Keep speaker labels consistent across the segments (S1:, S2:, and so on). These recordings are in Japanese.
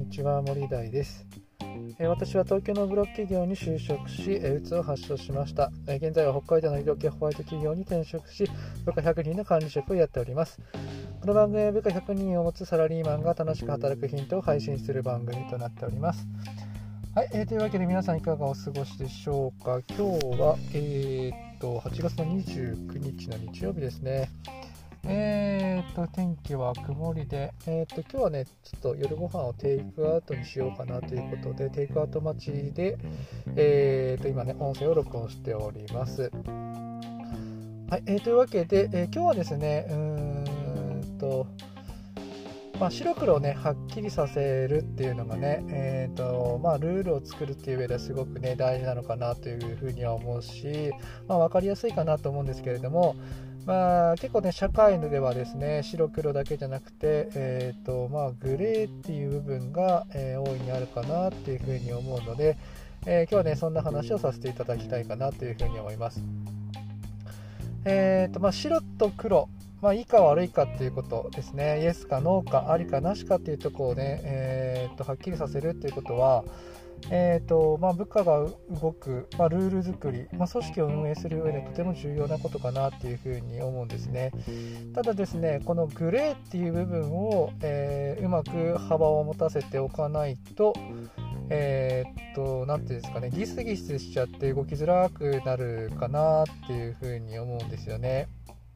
S1: にちは、森大です。私は東京のブロック企業に就職し、うつを発症しました。現在は北海道の医療系ホワイト企業に転職し、部下100人の管理職をやっております。この番組は部下100人を持つサラリーマンが楽しく働くヒントを配信する番組となっております。はい、というわけで皆さんいかがお過ごしでしょうか。今日は、8月の29日の日曜日ですね。天気は曇りで、今日はね、ちょっと夜ご飯をテイクアウトにしようかなということで、テイクアウト待ちで、今ね、音声を録音しております。はい、というわけで、今日はですね、白黒をね、はっきりさせるっていうのがね、ルールを作るっていう上ではすごくね、大事なのかなというふうには思うし、分かりやすいかなと思うんですけれども、結構ね、社会ではですね、白黒だけじゃなくて、グレーっていう部分が、大いにあるかなっていうふうに思うので、今日はね、そんな話をさせていただきたいかなというふうに思います。白と黒、いいか悪いかっていうことですね。イエスかノーかありかなしかっていうところをね、はっきりさせるっていうことは、部下が動く、ルール作り、組織を運営する上でとても重要なことかなっていうふうに思うんですね。ただですね、このグレーっていう部分を、うまく幅を持たせておかないと、なんていうんですかね、ギスギスしちゃって動きづらくなるかなっていうふうに思うんですよね。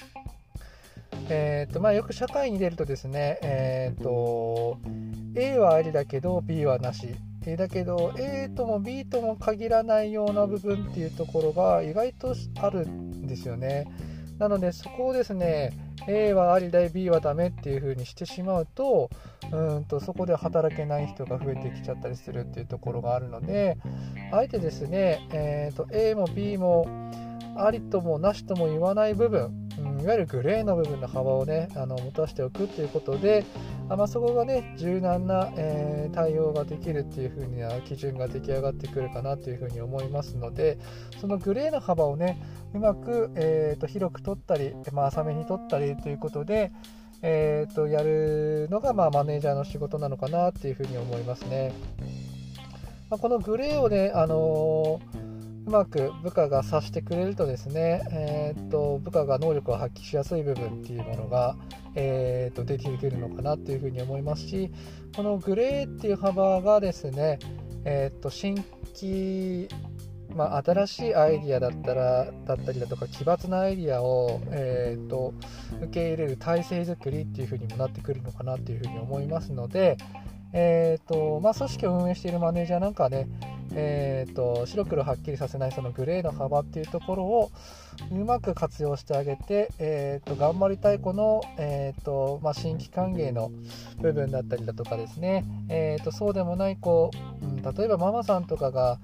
S1: よく社会に出るとですね、A はありだけど B はなし、だけど A とも B とも限らないような部分っていうところが意外とあるんですよね。なのでそこをですね、 A はありだ B はダメっていう風にしてしまうと、そこで働けない人が増えてきちゃったりするっていうところがあるので、あえてですね、A も B もありともなしとも言わない部分、いわゆるグレーの部分の幅をね、持たせておくということで、そこがね、柔軟な、対応ができるっていう風な基準が出来上がってくるかなというふうに思いますので、そのグレーの幅をね、うまく、広く取ったり、浅めに取ったりということで、やるのが、マネージャーの仕事なのかなっていうふうに思いますね。このグレーをね、うまく部下が察してくれるとですね、部下が能力を発揮しやすい部分っていうものが、出てくるのかなっていうふうに思いますし、このグレーっていう幅がですね、新規、新しいアイディアだったりだとか奇抜なアイディアを、受け入れる体制づくりっていうふうにもなってくるのかなっていうふうに思いますので、組織を運営しているマネージャーなんかはね、白黒はっきりさせないそのグレーの幅っていうところをうまく活用してあげて、頑張りたい子の、新規歓迎の部分だったりだとかですね、そうでもない子、例えばママさんとかが、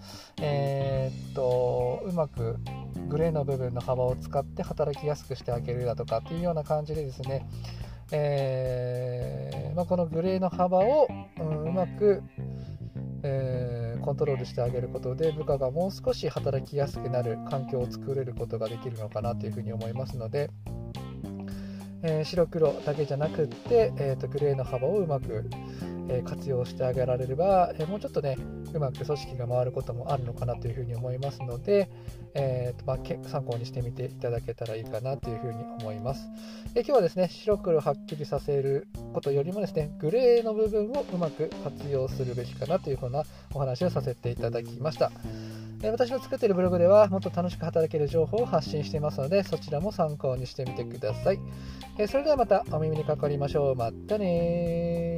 S1: うまくグレーの部分の幅を使って働きやすくしてあげるだとかっていうような感じでですね、このグレーの幅を、うまく、コントロールしてあげることで部下がもう少し働きやすくなる環境を作れることができるのかなというふうに思いますので、白黒だけじゃなくって、グレーの幅をうまく、活用してあげられれば、もうちょっとね、うまく組織が回ることもあるのかなというふうに思いますので、参考にしてみていただけたらいいかなというふうに思います。今日はですね、白黒はっきりさせることよりもですね、グレーの部分をうまく活用するべきかなというふうなお話をさせていただきました。私の作っているブログではもっと楽しく働ける情報を発信していますので、そちらも参考にしてみてください。それではまたお耳にかかりましょう。またね。